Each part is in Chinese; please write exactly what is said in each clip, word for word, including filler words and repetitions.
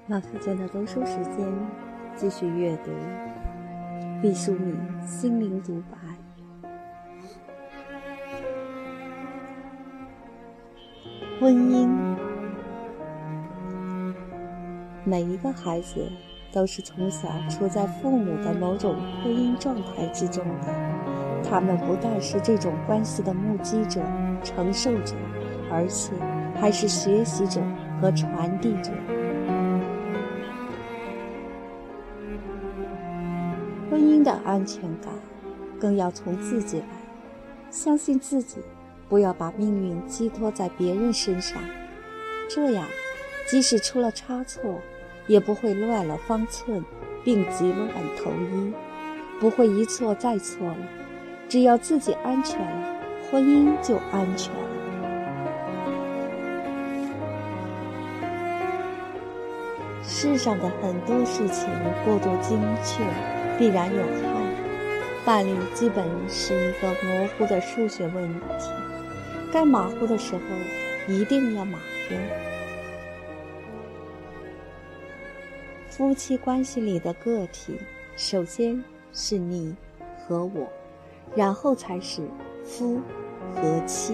马福建的读书时间，继续阅读毕淑敏心灵独白。婚姻，每一个孩子都是从小处在父母的某种婚姻状态之中的，他们不但是这种关系的目击者、承受者，而且还是学习者和传递者。婚姻的安全感更要从自己来，相信自己，不要把命运寄托在别人身上，这样即使出了差错，也不会乱了方寸，病急乱投医，不会一错再错了。只要自己安全了，婚姻就安全了。世上的很多事情过度精确，必然有害，伴侣基本是一个模糊的数学问题，该马虎的时候一定要马虎。夫妻关系里的个体，首先是你和我，然后才是夫和妻。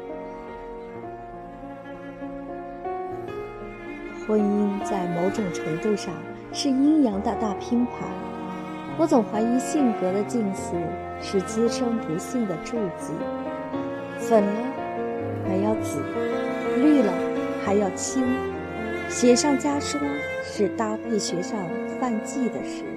婚姻在某种程度上是阴阳的大拼盘，我总怀疑性格的近似是滋生不幸的助记，粉了还要紫，绿了还要青，雪上加霜是搭配学上犯忌的事。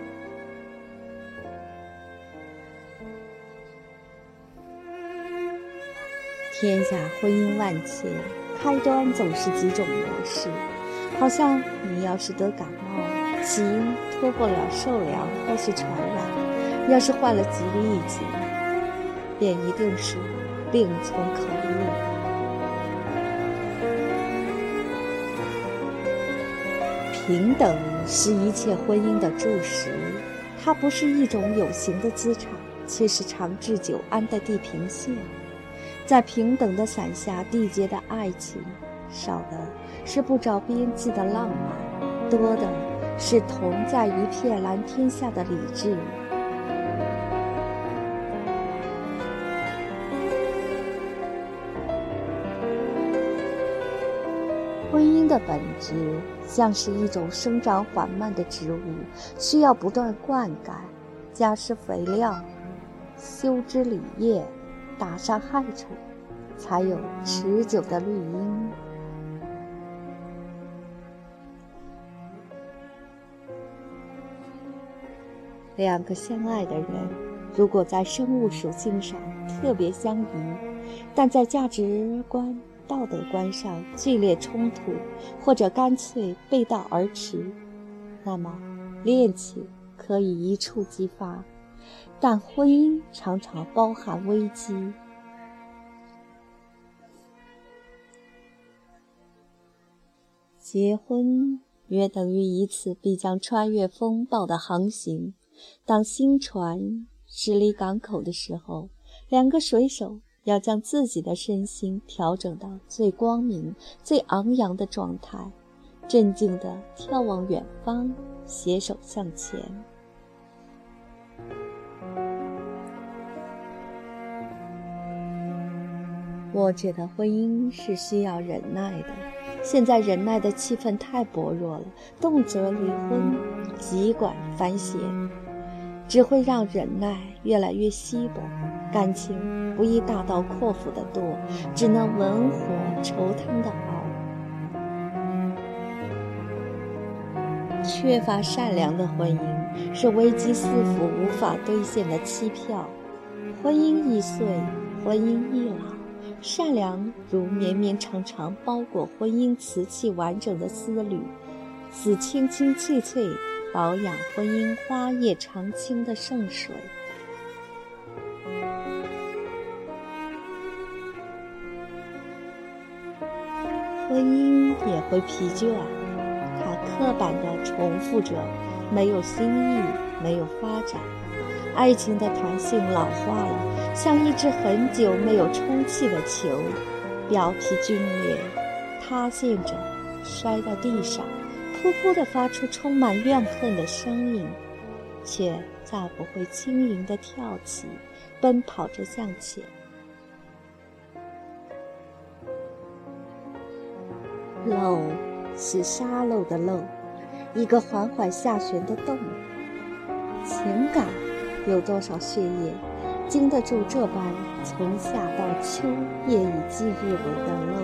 天下婚姻万千，开端总是几种模式，好像你要是得感冒，起因脱不了受凉或是传染，要是患了吉利疫情，便一定是病从口入。平等是一切婚姻的柱石，它不是一种有形的资产，却是长治久安的地平线。在平等的伞下缔结的爱情，少的是不着边际的浪漫，多的是同在一片蓝天下的理智。婚姻的本质像是一种生长缓慢的植物，需要不断灌溉，加施肥料，修枝理叶，打杀害虫，才有持久的绿荫。两个相爱的人，如果在生物属性上特别相宜，但在价值观、道德观上剧烈冲突，或者干脆背道而驰，那么恋情可以一触即发，但婚姻常常包含危机。结婚约等于一次必将穿越风暴的航行，当新船驶离港口的时候，两个水手要将自己的身心调整到最光明、最昂扬的状态，镇静地眺望远方，携手向前。我觉得婚姻是需要忍耐的，现在忍耐的气氛太薄弱了，动辄离婚，急管繁弦，只会让忍耐越来越稀薄，感情不易大刀阔斧的剁，只能文火稠汤的熬。缺乏善良的婚姻是危机四伏无法兑现的期票。婚姻易碎，婚姻易老，善良如绵绵长长包裹婚姻瓷器完整的丝缕，似清清脆脆保养婚姻花叶常青的圣水。婚姻也会疲倦，它刻板地重复着，没有新意，没有发展。爱情的弹性老化了，像一只很久没有充气的球，表皮皲裂，塌陷着摔到地上， 噗噗地发出充满怨恨的声音，却再不会轻盈地跳起，奔跑着向前。漏是沙漏的漏，一个缓缓下旋的洞。情感有多少血液经得住这般从夏到秋夜以继日为的漏？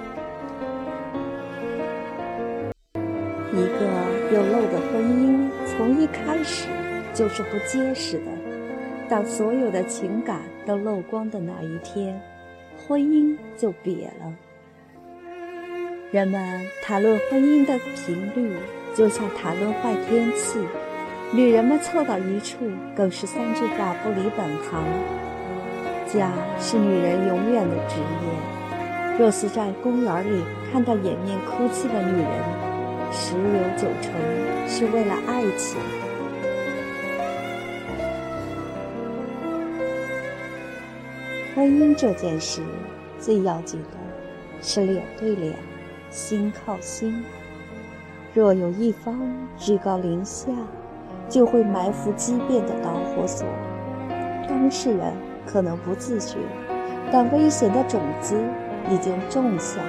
一个有漏的婚姻从一开始就是不结实的，当所有的情感都漏光的那一天，婚姻就瘪了。人们谈论婚姻的频率就像谈论坏天气，女人们凑到一处更是三句话不离本行。家是女人永远的职业，若是在公园里看到掩面哭泣的女人，十有九成是为了爱情。婚姻这件事最要紧的是脸对脸，心靠心。若有一方居高临下，就会埋伏畸变的导火索。当事人可能不自觉，但危险的种子已经种下。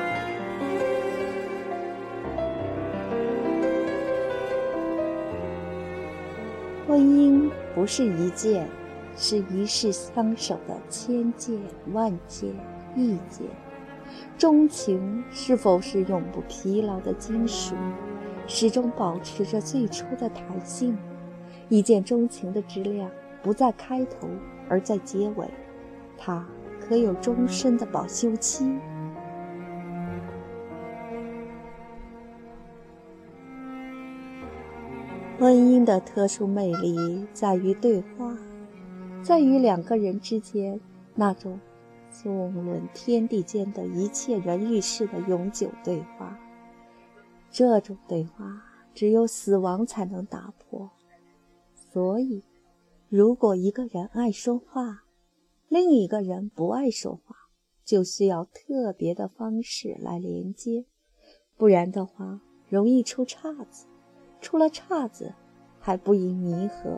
婚姻不是一见，是一世相守的千见万见亿见。钟情是否是永不疲劳的金属，始终保持着最初的弹性。一见钟情的质量不在开头，而在结尾，它可有终身的保修期。婚姻的特殊魅力在于对话，在于两个人之间那种纵论天地间的一切人与事的永久对话。这种对话只有死亡才能打破。所以如果一个人爱说话，另一个人不爱说话，就需要特别的方式来连接，不然的话容易出岔子，出了岔子还不宜弥合。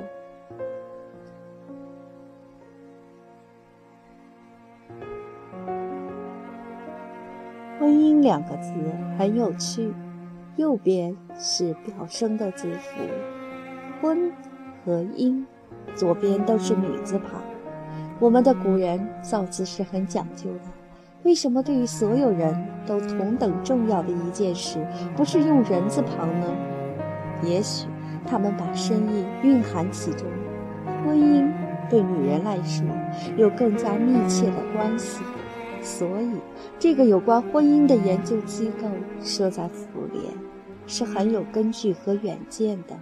婚姻两个字很有趣，右边是表声的字符婚和姻，左边都是女字旁。我们的古人造字是很讲究的，为什么对于所有人都同等重要的一件事，不是用人字旁呢？也许他们把深意蕴含其中。婚姻对女人来说有更加密切的关系，所以这个有关婚姻的研究机构设在妇联，是很有根据和远见的。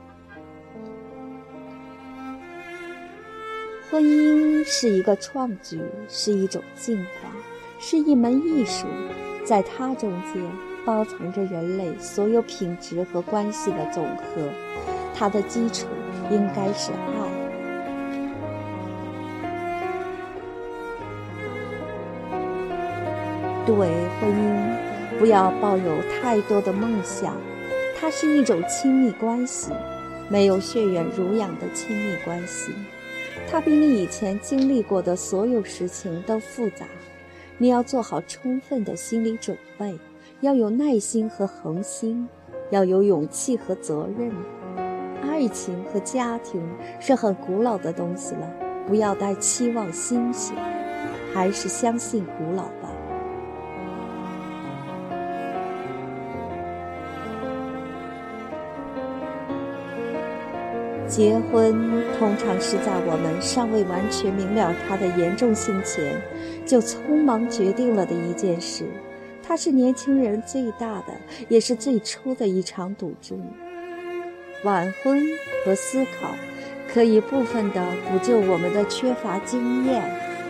婚姻是一个创举，是一种进化，是一门艺术，在它中间包藏着人类所有品质和关系的总和，它的基础应该是爱。对婚姻不要抱有太多的梦想，它是一种亲密关系，没有血缘濡养的亲密关系。它比你以前经历过的所有事情都复杂，你要做好充分的心理准备，要有耐心和恒心，要有勇气和责任。爱情和家庭是很古老的东西了，不要带期望新鲜，还是相信古老吧。结婚通常是在我们尚未完全明了它的严重性前，就匆忙决定了的一件事。它是年轻人最大的，也是最初的一场赌注。晚婚和思考可以部分地补救我们的缺乏经验，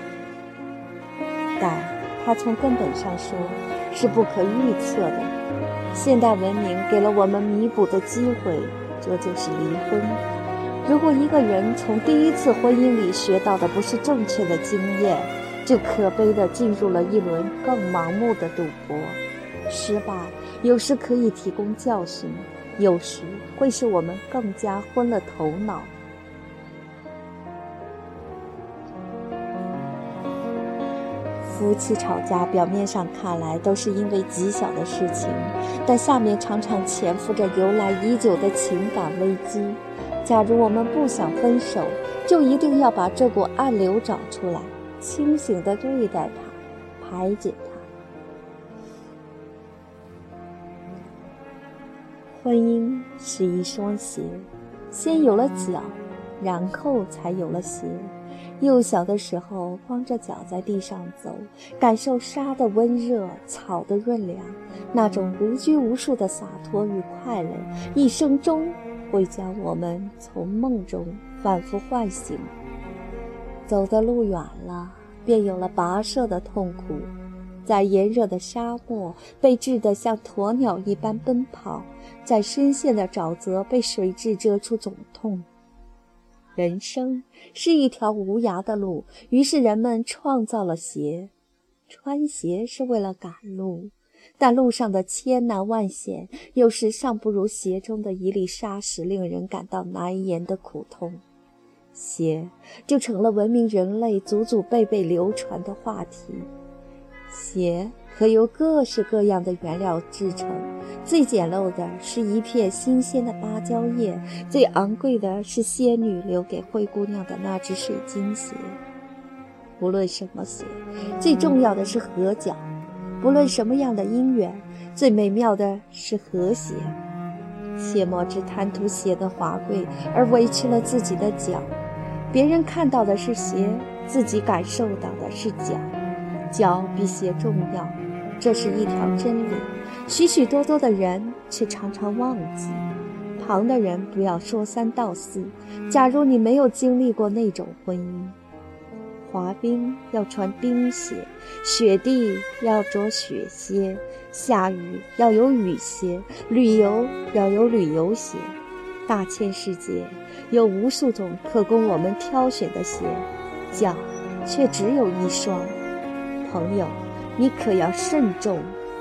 但它从根本上说是不可预测的。现代文明给了我们弥补的机会，这就是离婚。如果一个人从第一次婚姻里学到的不是正确的经验，就可悲地进入了一轮更盲目的赌博。失败有时可以提供教训， 有时会使我们更加昏了头脑。夫妻吵架表面上看来都是因为极小的事情，但下面常常潜伏着由来已久的情感危机。假如我们不想分手，就一定要把这股暗流找出来，清醒地对待它，排解它。婚姻是一双鞋，先有了脚，然后才有了鞋。幼小的时候，光着脚在地上走，感受沙的温热，草的润凉，那种无拘无束的洒脱与快乐，一生中会将我们从梦中反复唤醒。走的路远了，便有了跋涉的痛苦，在炎热的沙漠被炙得像鸵鸟一般奔跑，在深陷的沼泽被水蛭蛰出肿痛。人生是一条无涯的路，于是人们创造了鞋。穿鞋是为了赶路，但路上的千难万险，有时尚不如鞋中的一粒沙石令人感到难言的苦痛。鞋就成了文明人类祖祖辈辈流传的话题。鞋可由各式各样的原料制成，最简陋的是一片新鲜的芭蕉叶，最昂贵的是仙女留给灰姑娘的那只水晶鞋。不论什么鞋，最重要的是合脚；不论什么样的姻缘，最美妙的是和谐。切莫只贪图鞋的华贵，而委屈了自己的脚。别人看到的是鞋，自己感受到的是脚。脚比鞋重要，这是一条真理，许许多多的人却常常忘记。旁的人不要说三道四，假如你没有经历过那种婚姻。滑冰要穿冰鞋，雪地要着雪鞋，下雨要有雨鞋，旅游要有旅游鞋。大千世界有无数种可供我们挑选的鞋，脚却只有一双。朋友，你可要慎重。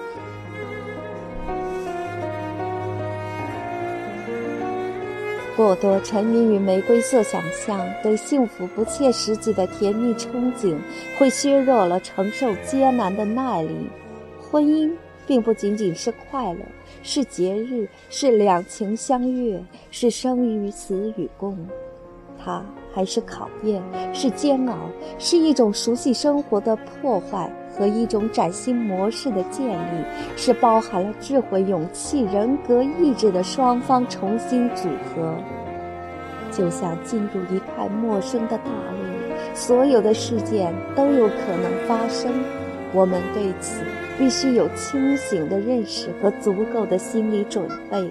过多沉迷于玫瑰色想象，对幸福不切实际的甜蜜憧憬，会削弱了承受艰难的耐力。婚姻并不仅仅是快乐，是节日，是两情相悦，是生与死与共。它还是考验，是煎熬，是一种熟悉生活的破坏和一种崭新模式的建立，是包含了智慧、勇气、人格、意志的双方重新组合。就像进入一块陌生的大陆，所有的事件都有可能发生，我们对此必须有清醒的认识和足够的心理准备。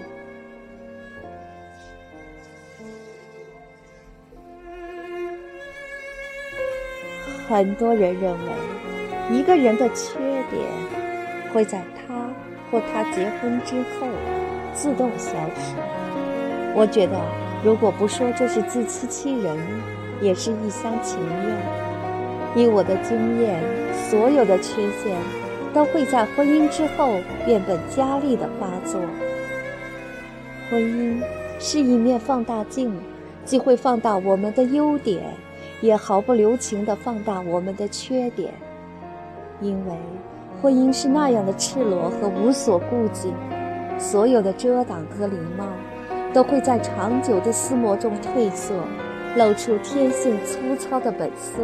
很多人认为，一个人的缺点会在他或他结婚之后自动消失。我觉得，如果不说这是自欺欺人，也是一厢情愿。以我的经验，所有的缺陷都会在婚姻之后变本加厉地发作。婚姻是一面放大镜，既会放大我们的优点，也毫不留情地放大我们的缺点。因为婚姻是那样的赤裸和无所顾忌，所有的遮挡和礼貌都会在长久的厮磨中褪色，露出天性粗糙的本色。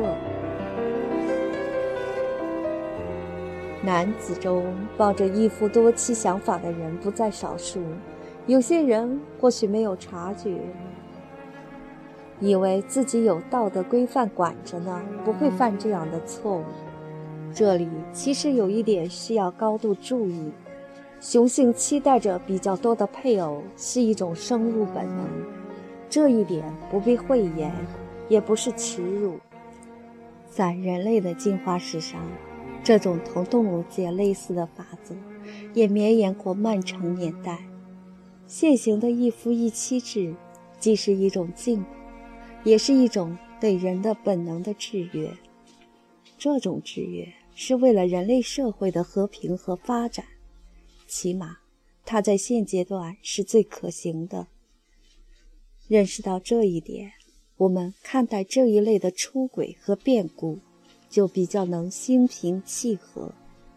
男子中抱着一夫多妻想法的人不在少数，有些人或许没有察觉，以为自己有道德规范管着呢，不会犯这样的错误。这里其实有一点需要高度注意，雄性期待着比较多的配偶是一种生物本能，这一点不必讳言，也不是耻辱。在人类的进化史上，这种同动物界类似的法则也绵延过漫长年代。现行的一夫一妻制既是一种进步，也是一种对人的本能的制约。这种制约是为了人类社会的和平和发展，起码它在现阶段是最可行的。认识到这一点，我们看待这一类的出轨和变故，就比较能心平气和。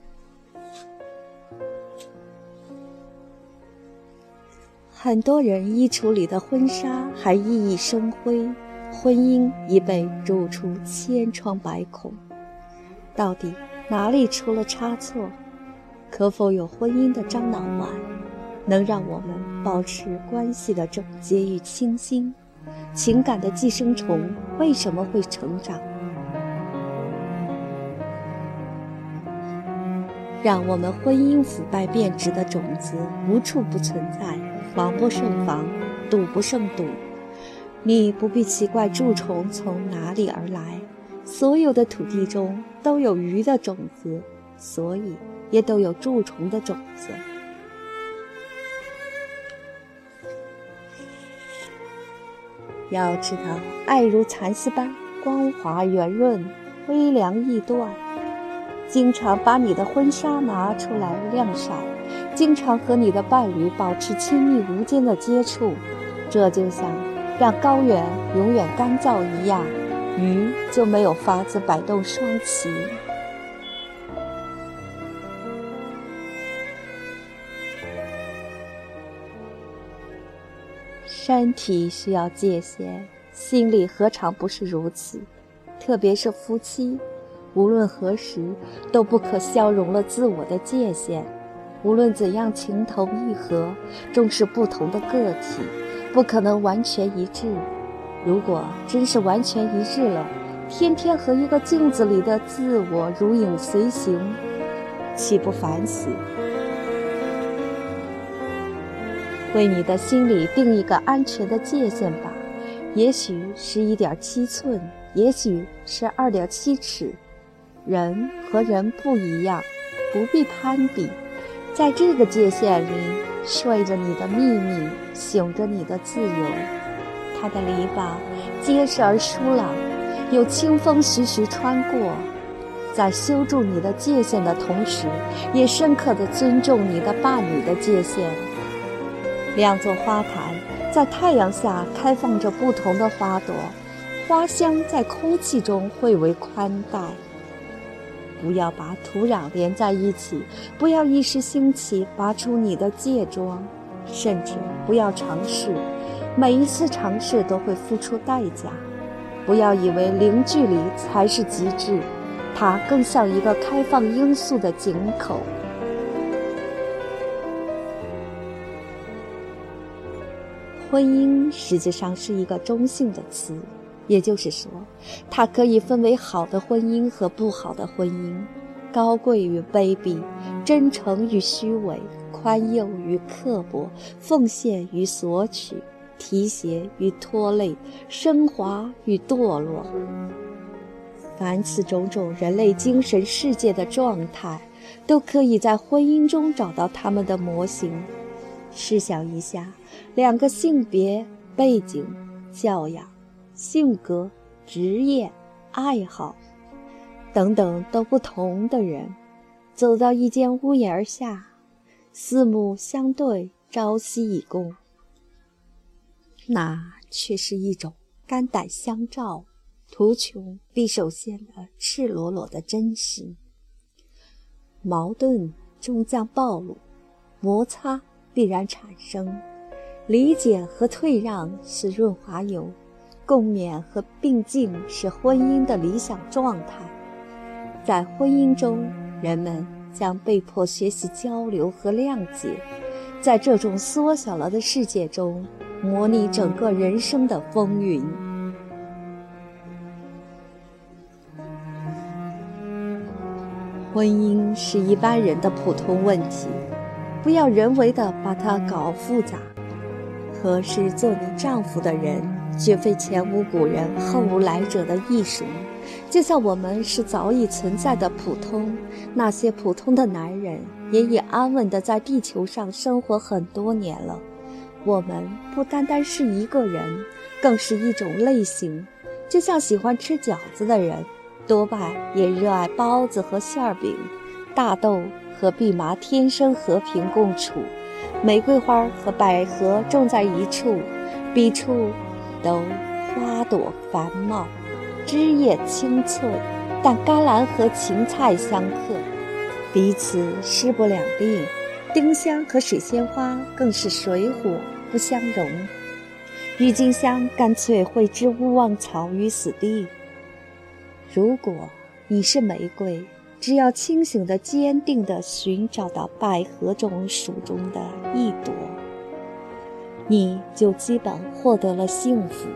很多人衣橱里的婚纱还熠熠生辉，婚姻已被蛀出千疮百孔。到底哪里出了差错？可否有婚姻的樟脑丸，能让我们保持关系的整洁与清新？情感的寄生虫为什么会成长？让我们婚姻腐败变质的种子无处不存在，防不胜防，堵不胜堵。你不必奇怪蛀虫从哪里而来，所有的土地中都有鱼的种子，所以也都有蛀虫的种子。要知道，爱如蚕丝般光滑圆润，微凉易断。经常把你的婚纱拿出来晾晒，经常和你的伴侣保持亲密无间的接触，这就像让高原永远干燥一样，鱼就没有法子摆动双鳍。身体需要界限，心里何尝不是如此？特别是夫妻，无论何时都不可消融了自我的界限。无论怎样情投意合，终是不同的个体，不可能完全一致。如果真是完全一致了，天天和一个镜子里的自我如影随形，岂不烦死？为你的心里定一个安全的界限吧，也许是一点七寸，也许是二点七尺。人和人不一样，不必攀比。在这个界限里，睡着你的秘密，醒着你的自由。它的篱笆结实而疏朗，有清风徐徐穿过。在修筑你的界限的同时，也深刻地尊重你的伴侣的界限。两座花坛在太阳下开放着不同的花朵，花香在空气中汇为宽带。不要把土壤连在一起，不要一时兴起拔出你的芥庄，甚至不要尝试，每一次尝试都会付出代价。不要以为零距离才是极致，它更像一个开放罂粟的井口。婚姻实际上是一个中性的词，也就是说，它可以分为好的婚姻和不好的婚姻，高贵与卑鄙，真诚与虚伪，宽宥与刻薄，奉献与索取，提携与拖累，升华与堕落。凡此种种人类精神世界的状态，都可以在婚姻中找到他们的模型。试想一下，两个性别、背景、教养、性格、职业、爱好等等都不同的人，走到一间屋檐下，四目相对，朝夕以共，那却是一种肝胆相照，图穷匕首现的赤裸裸的真实。矛盾终将暴露，摩擦必然产生，理解和退让是润滑油，共勉和并进是婚姻的理想状态。在婚姻中，人们将被迫学习交流和谅解，在这种缩小了的世界中，模拟整个人生的风云。婚姻是一般人的普通问题，不要人为地把它搞复杂。合适做你丈夫的人，绝非前无古人后无来者的艺术，就像我们是早已存在的普通，那些普通的男人也已安稳地在地球上生活很多年了。我们不单单是一个人，更是一种类型，就像喜欢吃饺子的人，多半也热爱包子和馅饼。大豆和蓖麻天生和平共处， 玫瑰花和百合种在一处，彼处都花朵繁茂，枝叶青翠，但甘蓝和芹菜相克，彼此势不两立。丁香和水仙花更是水火不相容，郁金香干脆会置勿忘草于死地。如果你是玫瑰，只要清醒地坚定地寻找到百合种属中的一朵，你就基本获得了幸福。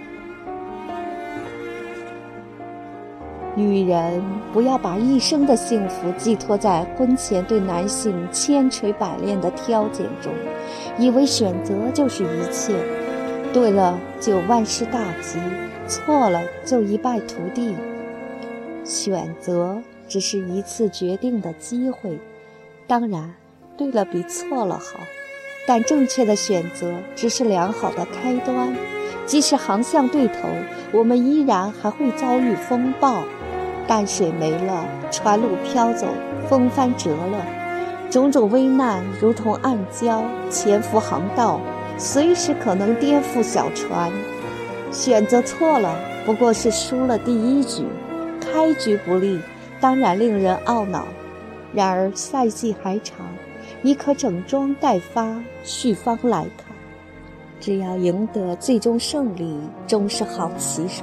女人不要把一生的幸福寄托在婚前对男性千锤百炼的挑拣中，以为选择就是一切，对了就万事大吉，错了就一败涂地。选择只是一次决定的机会，当然对了比错了好，但正确的选择只是良好的开端。即使航向对头，我们依然还会遭遇风暴，淡水没了，船路飘走，风帆折了，种种危难如同暗礁，潜伏航道，随时可能颠覆小船。选择错了，不过是输了第一局，开局不利，当然令人懊恼。然而赛季还长，你可整装待发，续方来看。只要赢得最终胜利，终是好棋手。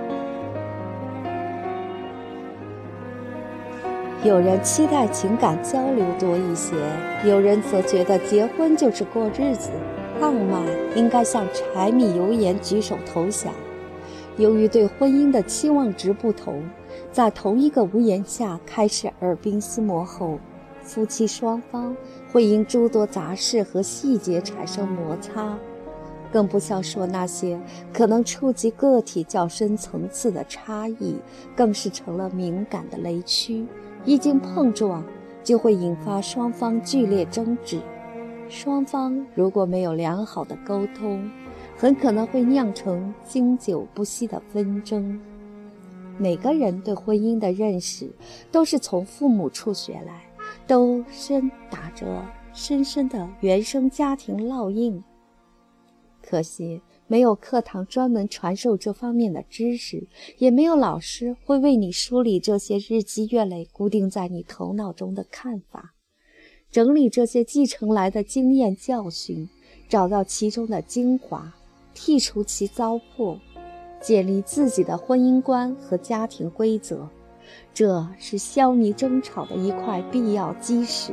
有人期待情感交流多一些，有人则觉得结婚就是过日子，浪漫应该向柴米油盐举手投降。由于对婚姻的期望值不同，在同一个屋檐下开始耳鬓厮磨后，夫妻双方会因诸多杂事和细节产生摩擦，更不消说那些可能触及个体较深层次的差异，更是成了敏感的雷区。一经碰撞，就会引发双方剧烈争执。双方如果没有良好的沟通，很可能会酿成经久不息的纷争。每个人对婚姻的认识都是从父母处学来，都深打着深深的原生家庭烙印。可惜没有课堂专门传授这方面的知识，也没有老师会为你梳理这些日积月累固定在你头脑中的看法，整理这些继承来的经验教训，找到其中的精华，剔除其糟粕，建立自己的婚姻观和家庭规则。这是消弭争吵的一块必要基石。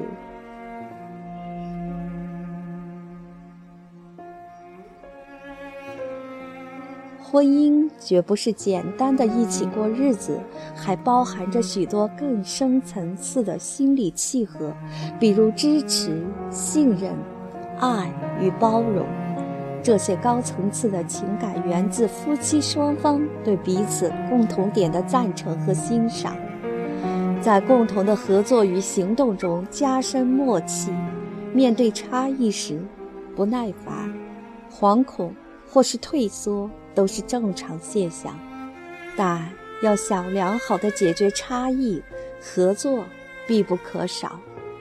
婚姻绝不是简单的一起过日子，还包含着许多更深层次的心理契合，比如支持、信任、爱与包容。这些高层次的情感源自夫妻双方对彼此共同点的赞成和欣赏，在共同的合作与行动中加深默契。面对差异时，不耐烦、惶恐或是退缩都是正常现象，但要想良好的解决差异，合作必不可少。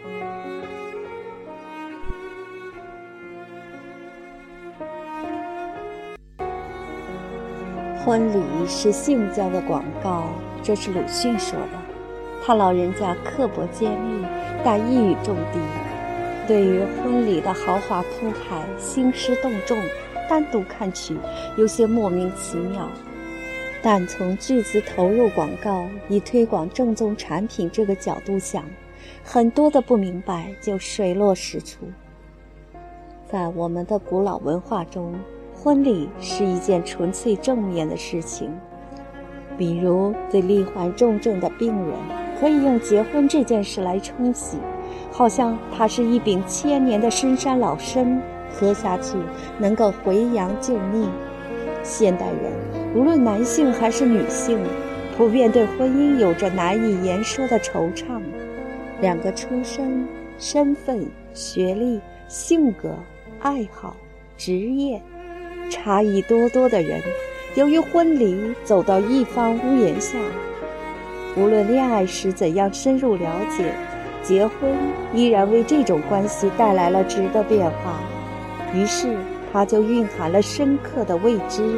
婚礼是性交的广告，这是鲁迅说的。他老人家刻薄尖利，但一语中的。对于婚礼的豪华铺排，兴师动众，单独看去有些莫名其妙，但从巨资投入广告以推广正宗产品这个角度想，很多的不明白就水落石出。在我们的古老文化中，婚礼是一件纯粹正面的事情，比如对罹患重症的病人，可以用结婚这件事来冲洗，好像它是一柄千年的深山老参，喝下去能够回阳救命。现代人无论男性还是女性，普遍对婚姻有着难以言说的惆怅。两个出身、身份、学历、性格、爱好、职业差异多多的人，由于婚礼走到一方屋檐下，无论恋爱时怎样深入了解， 结婚依然为这种关系带来了质的变化，于是它就蕴含了深刻的未知。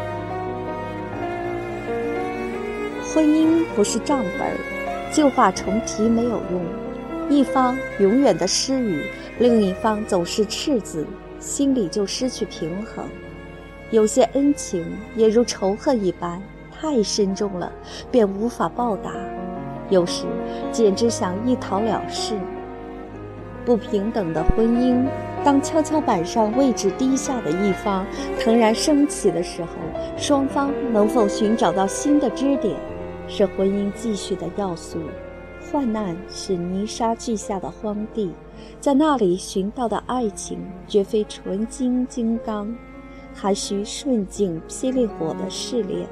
婚姻不是账本，旧话重提没有用，一方永远的失语，另一方总是赤子，心里就失去平衡。有些恩情也如仇恨一般，太深重了，便无法报答，有时简直想一逃了事。不平等的婚姻，当跷跷板上位置低下的一方腾然升起的时候，双方能否寻找到新的支点，是婚姻继续的要素。患难是泥沙俱下的荒地，在那里寻到的爱情绝非纯金金刚，还需顺境霹雳火的试炼。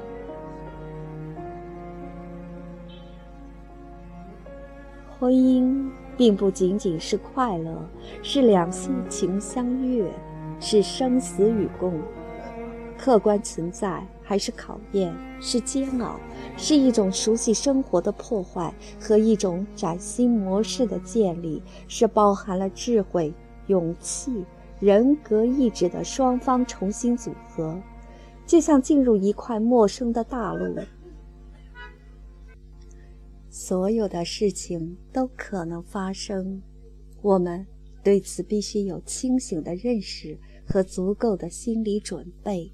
婚姻并不仅仅是快乐，是两性情相悦，是生死与共。客观存在还是考验，是煎熬，是一种熟悉生活的破坏和一种崭新模式的建立，是包含了智慧、勇气、人格意志的双方重新组合，就像进入一块陌生的大陆。所有的事情都可能发生，我们对此必须有清醒的认识和足够的心理准备。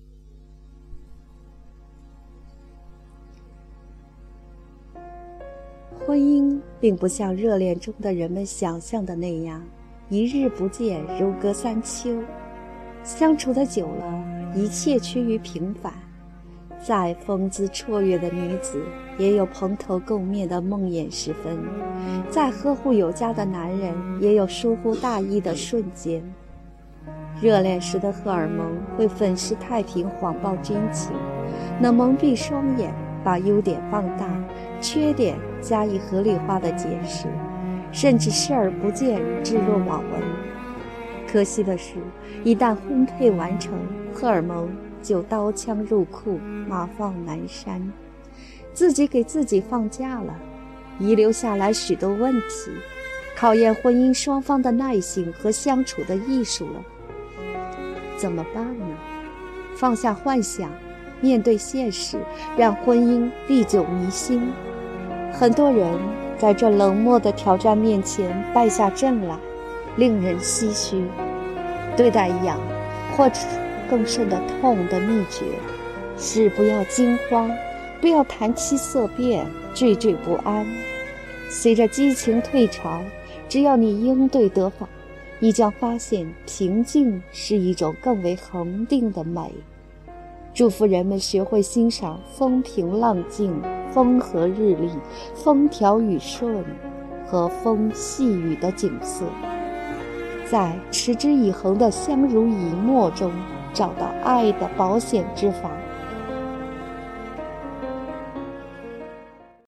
婚姻并不像热恋中的人们想象的那样，一日不见如隔三秋，相处的久了，一切趋于平凡。再风姿绰约的女子，也有蓬头垢面的梦魇时分；再呵护有加的男人，也有疏忽大意的瞬间。热恋时的荷尔蒙会粉饰太平，谎报真情，能蒙蔽双眼，把优点放大，缺点加以合理化的解释，甚至视而不见，置若罔闻。可惜的是，一旦婚配完成，荷尔蒙就刀枪入库，马放南山，自己给自己放假了，遗留下来许多问题，考验婚姻双方的耐性和相处的艺术了。怎么办呢？放下幻想，面对现实，让婚姻历久弥新。很多人在这冷漠的挑战面前败下阵来，令人唏嘘。对待痒或者更甚的痛的秘诀是不要惊慌，不要谈七色变，惴惴不安。随着激情退潮，只要你应对得法，你将发现平静是一种更为恒定的美。祝福人们学会欣赏风平浪静、风和日丽、风调雨顺和风细雨的景色，在持之以恒的相濡以沫中找到爱的保险之法。